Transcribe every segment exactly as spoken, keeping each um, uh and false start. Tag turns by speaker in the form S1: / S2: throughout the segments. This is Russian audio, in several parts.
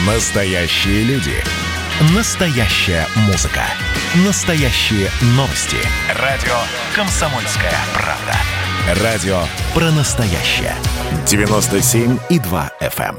S1: Настоящие люди. Настоящая музыка. Настоящие новости. Радио «Комсомольская правда». Радио про настоящее. девяносто семь и два эф эм.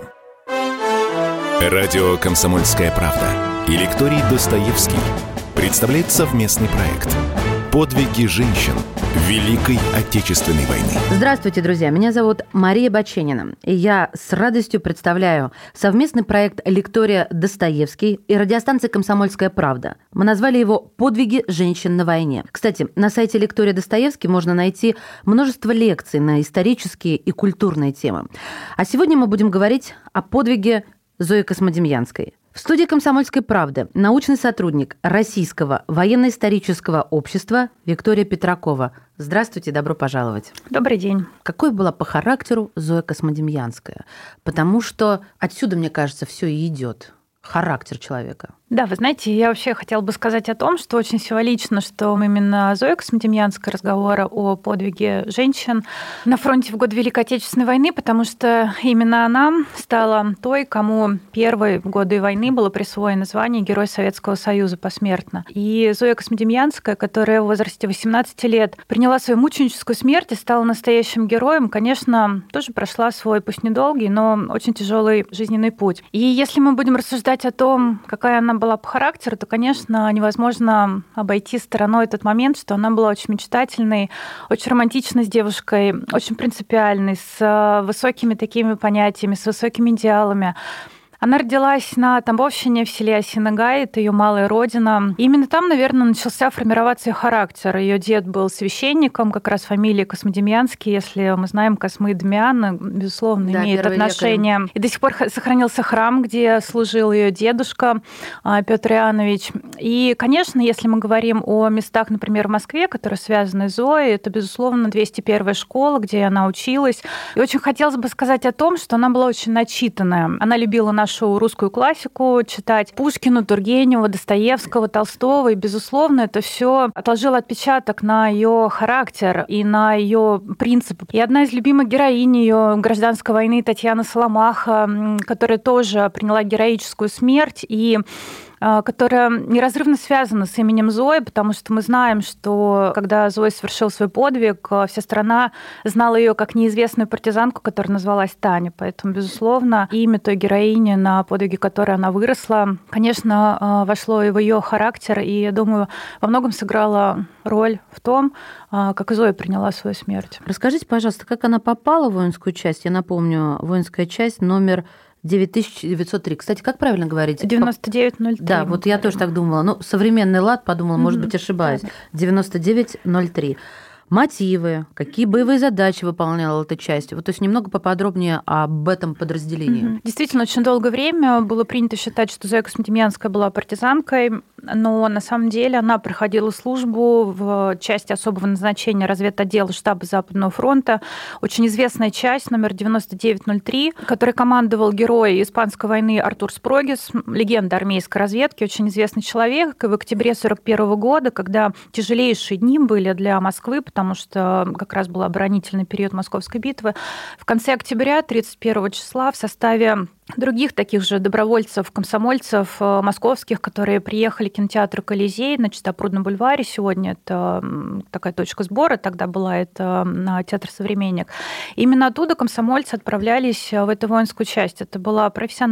S1: Радио «Комсомольская правда» и лекторий Достоевский представляет совместный проект «Подвиги женщин в Великой Отечественной войны».
S2: Здравствуйте, друзья. Меня зовут Мария Баченина. И я с радостью представляю совместный проект лектория Достоевский и радиостанции «Комсомольская правда». Мы назвали его «Подвиги женщин на войне». Кстати, на сайте лектория Достоевский можно найти множество лекций на исторические и культурные темы. А сегодня мы будем говорить о подвиге Зои Космодемьянской. В студии «Комсомольской правды» научный сотрудник Российского военно-исторического общества Виктория Петракова. Здравствуйте, добро пожаловать.
S3: Добрый день.
S2: Какой была по характеру Зоя Космодемьянская? Потому что отсюда, мне кажется, все и идет. Характер человека.
S3: Да, вы знаете, я вообще хотела бы сказать о том, что очень символично, что именно Зоя Космодемьянская, разговора о подвиге женщин на фронте в годы Великой Отечественной войны, потому что именно она стала той, кому первой в годы войны было присвоено звание Герой Советского Союза посмертно. И Зоя Космодемьянская, которая в возрасте восемнадцати лет приняла свою мученическую смерть и стала настоящим героем, конечно, тоже прошла свой, пусть недолгий, но очень тяжелый жизненный путь. И если мы будем рассуждать о том, какая она была по характеру, то, конечно, невозможно обойти стороной тот момент, что она была очень мечтательной, очень романтичной с девушкой, очень принципиальной, с высокими такими понятиями, с высокими идеалами. Она родилась на Тамбовщине в селе Осино-Гай, это ее малая родина. И именно там, наверное, начался формироваться ее характер. Ее дед был священником, как раз фамилия Космодемьянский. Если мы знаем, Космы и Дамиан, безусловно, да, имеет отношение. Век. И до сих пор сохранился храм, где служил ее дедушка Петр Иоаннович. И, конечно, если мы говорим о местах, например, в Москве, которые связаны с Зоей, это, безусловно, двести первая школа, где она училась. И очень хотелось бы сказать о том, что она была очень начитанная. Она любила нашу русскую классику читать, Пушкина, Тургенева, Достоевского, Толстого, и, безусловно, это все отложило отпечаток на ее характер и на ее принципы. И одна из любимых героинь ее гражданской войны, Татьяна Соломаха, которая тоже приняла героическую смерть и которая неразрывно связана с именем Зои, потому что мы знаем, что когда Зоя совершила свой подвиг, вся страна знала ее как неизвестную партизанку, которая называлась Таня. Поэтому, безусловно, имя той героини, на подвиге которой она выросла, конечно, вошло и в ее характер, и, я думаю, во многом сыграла роль в том, как Зоя приняла свою смерть.
S2: Расскажите, пожалуйста, как она попала в воинскую часть? Я напомню, воинская часть номер девять тысяч девятьсот три. Кстати, как правильно говорить?
S3: девяносто девять ноль три.
S2: Да, вот я тоже так думала. Ну, современный лад, подумала, может быть, ошибаюсь. девяносто девять ноль три. Мотивы, какие боевые задачи выполняла эта часть? Вот, то есть немного поподробнее об этом подразделении.
S3: Mm-hmm. Действительно, очень долгое время было принято считать, что Зоя Космодемьянская была партизанкой, но на самом деле она проходила службу в части особого назначения разведотдела штаба Западного фронта. Очень известная часть, номер девяносто девять ноль три, которой командовал герой Испанской войны Артур Спрогис, легенда армейской разведки, очень известный человек. И в октябре сорок первого года, когда тяжелейшие дни были для Москвы, потому что как раз был оборонительный период Московской битвы. В конце октября, тридцать первого числа, в составе других таких же добровольцев, комсомольцев московских, которые приехали к кинотеатру «Колизей» на Чистопрудном бульваре. Сегодня это такая точка сбора, тогда была это театр «Современник». Именно оттуда комсомольцы отправлялись в эту воинскую часть. Это была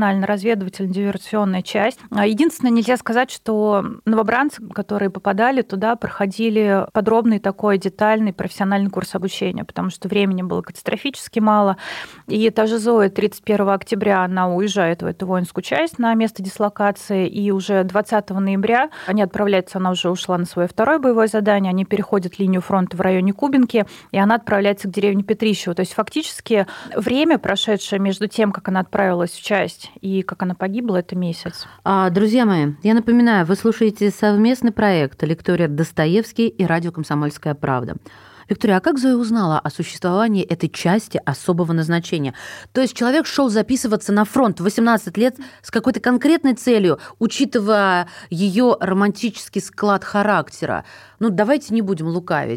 S3: профессионально-разведывательно-диверсионная часть. Единственное, нельзя сказать, что новобранцы, которые попадали туда, проходили подробный такой детальный профессиональный курс обучения, потому что времени было катастрофически мало. И та же Зоя тридцать первого октября, она уезжает в эту воинскую часть на место дислокации, и уже двадцатого ноября они отправляются, она уже ушла на свое второе боевое задание, они переходят линию фронта в районе Кубинки, и она отправляется к деревне Петрищево. То есть фактически время, прошедшее между тем, как она отправилась в часть и как она погибла, это месяц.
S2: Друзья мои, я напоминаю, вы слушаете совместный проект «Лектория Достоевский» и радио «Комсомольская правда». Виктория, а как Зоя узнала о существовании этой части особого назначения? То есть человек шел записываться на фронт в восемнадцать лет с какой-то конкретной целью, учитывая ее романтический склад характера. Ну, давайте не будем лукавить.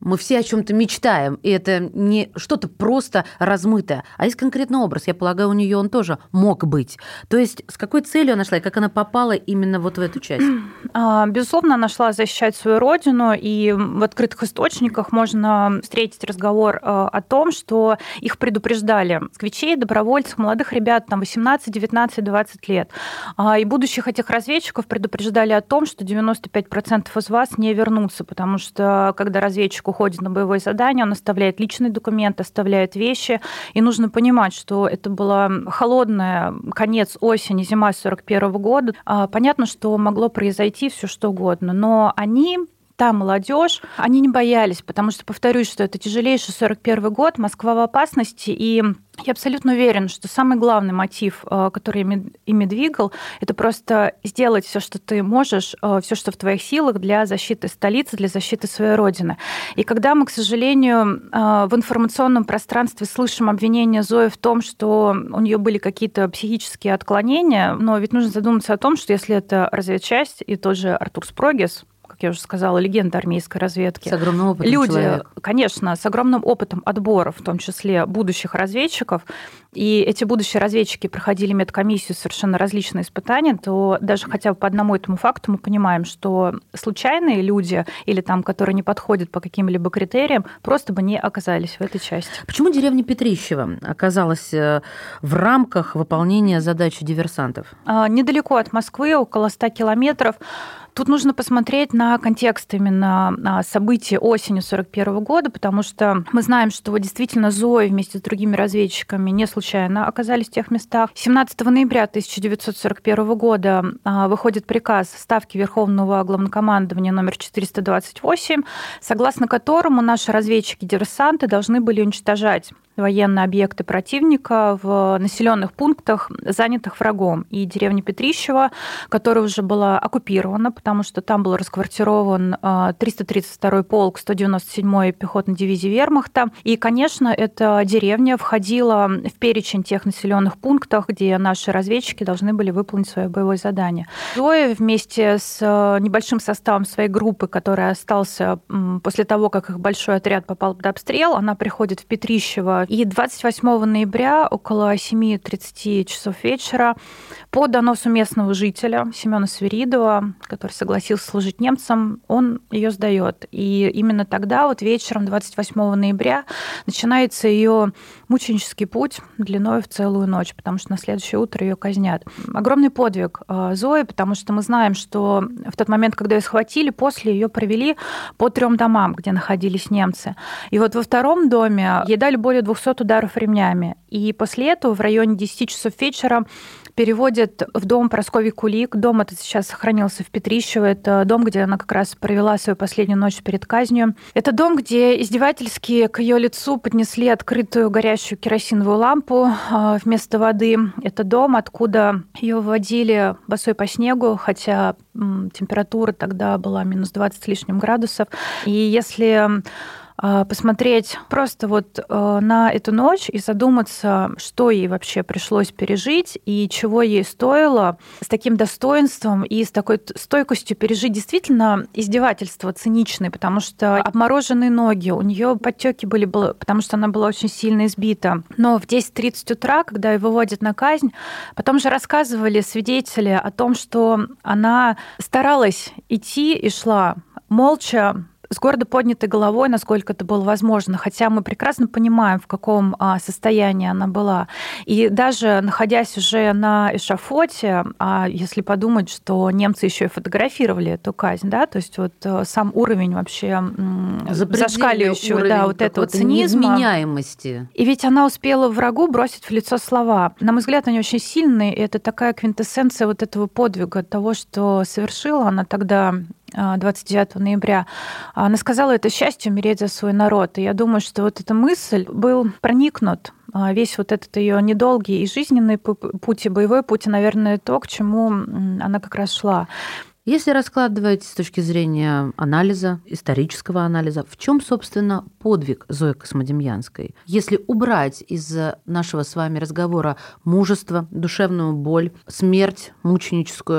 S2: мы все о чем-то мечтаем, и это не что-то просто размытое, а есть конкретный образ. Я полагаю, у нее он тоже мог быть. То есть с какой целью она шла, и как она попала именно вот в эту часть?
S3: Безусловно, она шла защищать свою родину, и в открытых источниках можно встретить разговор о том, что их предупреждали москвичей, добровольцев, молодых ребят, там восемнадцать, девятнадцать, двадцать лет. И будущих этих разведчиков предупреждали о том, что девяносто пять процентов из вас не вернутся, потому что когда разведчик уходит на боевое задание, он оставляет личный документ, оставляет вещи, и нужно понимать, что это была холодная конец осени, зима сорок первого года. Понятно, что могло произойти все что угодно, но они... Та молодежь, они не боялись, потому что, повторюсь, что это тяжелейший сорок первый год, Москва в опасности, и я абсолютно уверена, что самый главный мотив, который ими двигал, это просто сделать все, что ты можешь, все, что в твоих силах для защиты столицы, для защиты своей родины. И когда мы, к сожалению, в информационном пространстве слышим обвинения Зои в том, что у нее были какие-то психические отклонения, но ведь нужно задуматься о том, что если это разведчасть и тот же Артур Спрогис, как я уже сказала, легенда армейской разведки.
S2: С огромным опытом
S3: Люди,
S2: человек.
S3: Конечно, с огромным опытом отбора, в том числе будущих разведчиков, и эти будущие разведчики проходили медкомиссию, совершенно различные испытания, то даже хотя бы по одному этому факту мы понимаем, что случайные люди или там, которые не подходят по каким-либо критериям, просто бы не оказались в этой части.
S2: Почему деревня Петрищево оказалась в рамках выполнения задачи диверсантов?
S3: Недалеко от Москвы, около ста километров. Тут нужно посмотреть на контекст именно событий осени сорок первого года, потому что мы знаем, что действительно Зоя вместе с другими разведчиками не случайно оказались в тех местах. семнадцатого ноября тысяча девятьсот сорок первого года выходит приказ Ставки Верховного Главнокомандования номер четыреста двадцать восемь, согласно которому наши разведчики-диверсанты должны были уничтожать военные объекты противника в населенных пунктах, занятых врагом. И деревня Петрищево, которая уже была оккупирована, потому что там был расквартирован триста тридцать второй полк сто девяносто седьмой пехотной дивизии Вермахта. И, конечно, эта деревня входила в перечень тех населенных пунктов, где наши разведчики должны были выполнить свое боевое задание. Зоя вместе с небольшим составом своей группы, который остался после того, как их большой отряд попал под обстрел, она приходит в Петрищево. И двадцать восьмого ноября около семи тридцати часов вечера по доносу местного жителя Семёна Свиридова, который согласился служить немцам, он ее сдает. И именно тогда, вот вечером двадцать восьмого ноября, начинается ее мученический путь длиной в целую ночь, потому что на следующее утро ее казнят. Огромный подвиг Зои, потому что мы знаем, что в тот момент, когда ее схватили, после ее провели по трем домам, где находились немцы. И вот во втором доме ей дали более двухсот ударов ремнями. И после этого в районе десяти часов вечера переводят в дом Прасковьи Кулик. Дом этот сейчас сохранился в Петрищево. Это дом, где она как раз провела свою последнюю ночь перед казнью. Это дом, где издевательски к ее лицу поднесли открытую горящую керосиновую лампу вместо воды. Это дом, откуда ее выводили босой по снегу, хотя температура тогда была минус двадцать с лишним градусов. И если посмотреть просто вот на эту ночь и задуматься, что ей вообще пришлось пережить и чего ей стоило с таким достоинством и с такой стойкостью пережить действительно издевательство циничное, потому что обмороженные ноги, у нее подтеки были, потому что она была очень сильно избита. Но в десять тридцать утра, когда ее выводят на казнь, потом же рассказывали свидетели о том, что она старалась идти и шла молча, с гордо поднятой головой, насколько это было возможно, хотя мы прекрасно понимаем, в каком состоянии она была. И даже находясь уже на эшафоте, а если подумать, что немцы еще и фотографировали эту казнь, да, то есть вот сам уровень вообще зашкаливающего, да, вот этого цинизма,
S2: невменяемости.
S3: И ведь она успела врагу бросить в лицо слова. На мой взгляд, они очень сильные, и это такая квинтэссенция вот этого подвига, того, что совершила она тогда двадцать девятого ноября. Она сказала, это счастье умереть за свой народ. И я думаю, что вот эта мысль был проникнут весь вот этот ее недолгий и жизненный путь, и боевой путь, и, наверное, то, к чему она как раз шла.
S2: Если раскладывать с точки зрения анализа, исторического анализа, в чем, собственно, подвиг Зои Космодемьянской? Если убрать из нашего с вами разговора мужество, душевную боль, смерть мученическую,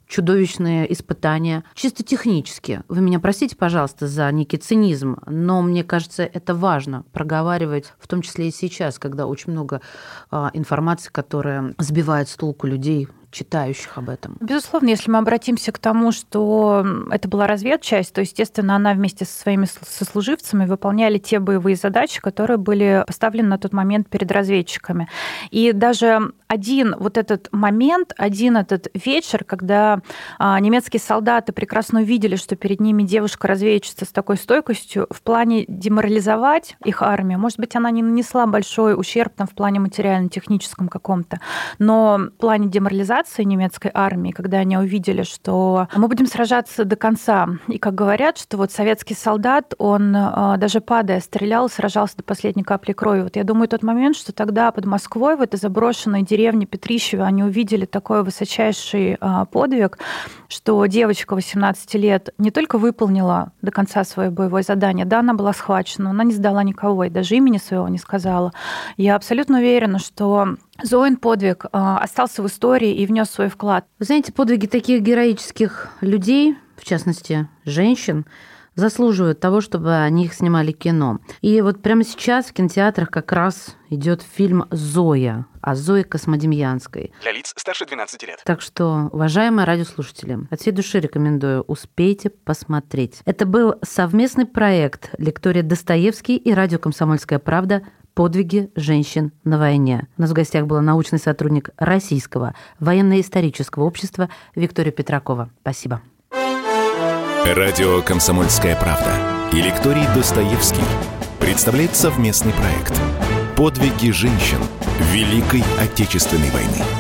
S2: чудовищные испытания. Чисто технически. Вы меня простите, пожалуйста, за некий цинизм, но мне кажется, это важно проговаривать, в том числе и сейчас, когда очень много а, информации, которая сбивает с толку людей, читающих об этом.
S3: Безусловно, если мы обратимся к тому, что это была разведчасть, то, естественно, она вместе со своими сослуживцами выполняли те боевые задачи, которые были поставлены на тот момент перед разведчиками. И даже один вот этот момент, один этот вечер, когда немецкие солдаты прекрасно увидели, что перед ними девушка-разведчица с такой стойкостью, в плане деморализовать их армию, может быть, она не нанесла большой ущерб там, в плане материально-техническом каком-то, но в плане деморализации немецкой армии, когда они увидели, что мы будем сражаться до конца. И как говорят, что вот советский солдат, он даже падая стрелял, сражался до последней капли крови. Вот я думаю, тот момент, что тогда под Москвой, в этой заброшенной деревне Петрищево, они увидели такой высочайший подвиг, что девочка восемнадцати лет не только выполнила до конца свое боевое задание, да, она была схвачена, но она не сдала никого и даже имени своего не сказала. Я абсолютно уверена, что Зоин подвиг остался в истории и внес свой вклад.
S2: Вы знаете, подвиги таких героических людей, в частности, женщин, заслуживают того, чтобы о них снимали кино. И вот прямо сейчас в кинотеатрах как раз идет фильм «Зоя» о Зое Космодемьянской.
S1: Для лиц старше двенадцати лет.
S2: Так что, уважаемые радиослушатели, от всей души рекомендую, успейте посмотреть. Это был совместный проект «Лектория Достоевский» и радио «Комсомольская правда» «Подвиги женщин на войне». У нас в гостях была научный сотрудник Российского военно-исторического общества Виктория Петракова. Спасибо.
S1: Радио «Комсомольская правда» и лекторий Достоевский представляет совместный проект «Подвиги женщин Великой Отечественной войны».